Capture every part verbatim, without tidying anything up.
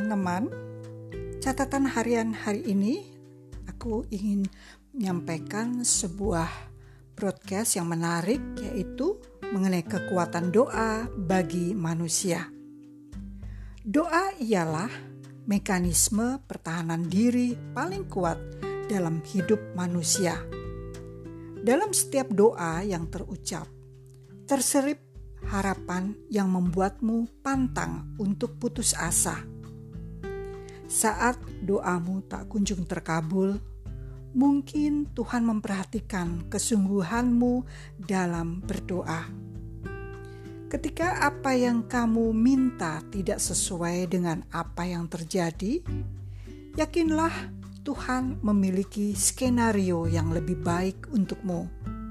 teman-teman. Catatan harian hari ini aku ingin menyampaikan sebuah broadcast yang menarik, yaitu mengenai kekuatan doa bagi manusia. Doa ialah mekanisme pertahanan diri paling kuat dalam hidup manusia. Dalam setiap doa yang terucap, terselip harapan yang membuatmu pantang untuk putus asa. Saat doamu tak kunjung terkabul, mungkin Tuhan memperhatikan kesungguhanmu dalam berdoa. Ketika apa yang kamu minta tidak sesuai dengan apa yang terjadi, yakinlah Tuhan memiliki skenario yang lebih baik untukmu.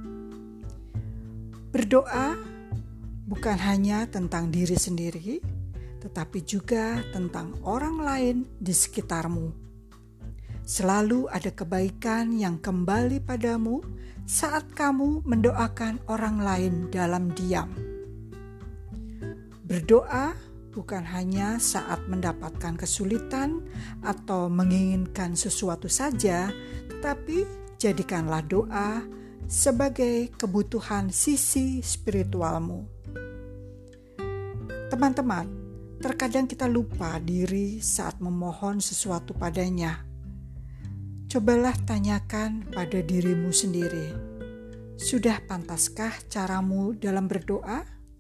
Berdoa bukan hanya tentang diri sendiri, tetapi juga tentang orang lain di sekitarmu. Selalu ada kebaikan yang kembali padamu saat kamu mendoakan orang lain dalam diam. Berdoa bukan hanya saat mendapatkan kesulitan atau menginginkan sesuatu saja, tetapi jadikanlah doa sebagai kebutuhan sisi spiritualmu. Teman-teman, terkadang kita lupa diri saat memohon sesuatu padanya. Cobalah tanyakan pada dirimu sendiri, sudah pantaskah caramu dalam berdoa?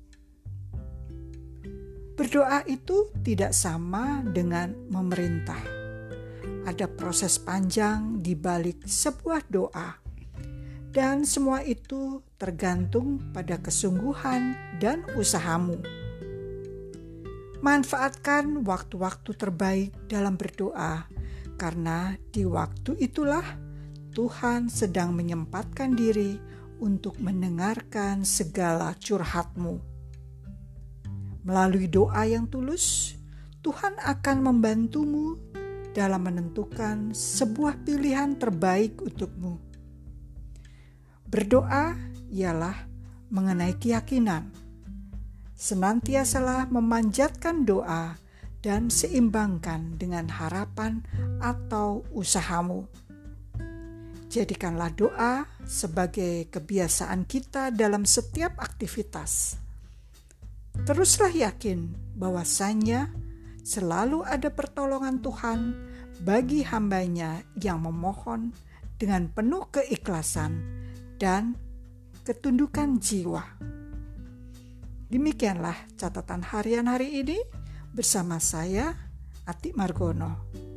Berdoa itu tidak sama dengan memerintah. Ada proses panjang di balik sebuah doa, dan semua itu tergantung pada kesungguhan dan usahamu. Manfaatkan waktu-waktu terbaik dalam berdoa, karena di waktu itulah Tuhan sedang menyempatkan diri untuk mendengarkan segala curhatmu. Melalui doa yang tulus, Tuhan akan membantumu dalam menentukan sebuah pilihan terbaik untukmu. Berdoa ialah mengenai keyakinan. Senantiasalah memanjatkan doa dan seimbangkan dengan harapan atau usahamu. Jadikanlah doa sebagai kebiasaan kita dalam setiap aktivitas. Teruslah yakin bahwasanya selalu ada pertolongan Tuhan bagi hambanya yang memohon dengan penuh keikhlasan dan ketundukan jiwa. Demikianlah catatan harian hari ini bersama saya, Ati Margono.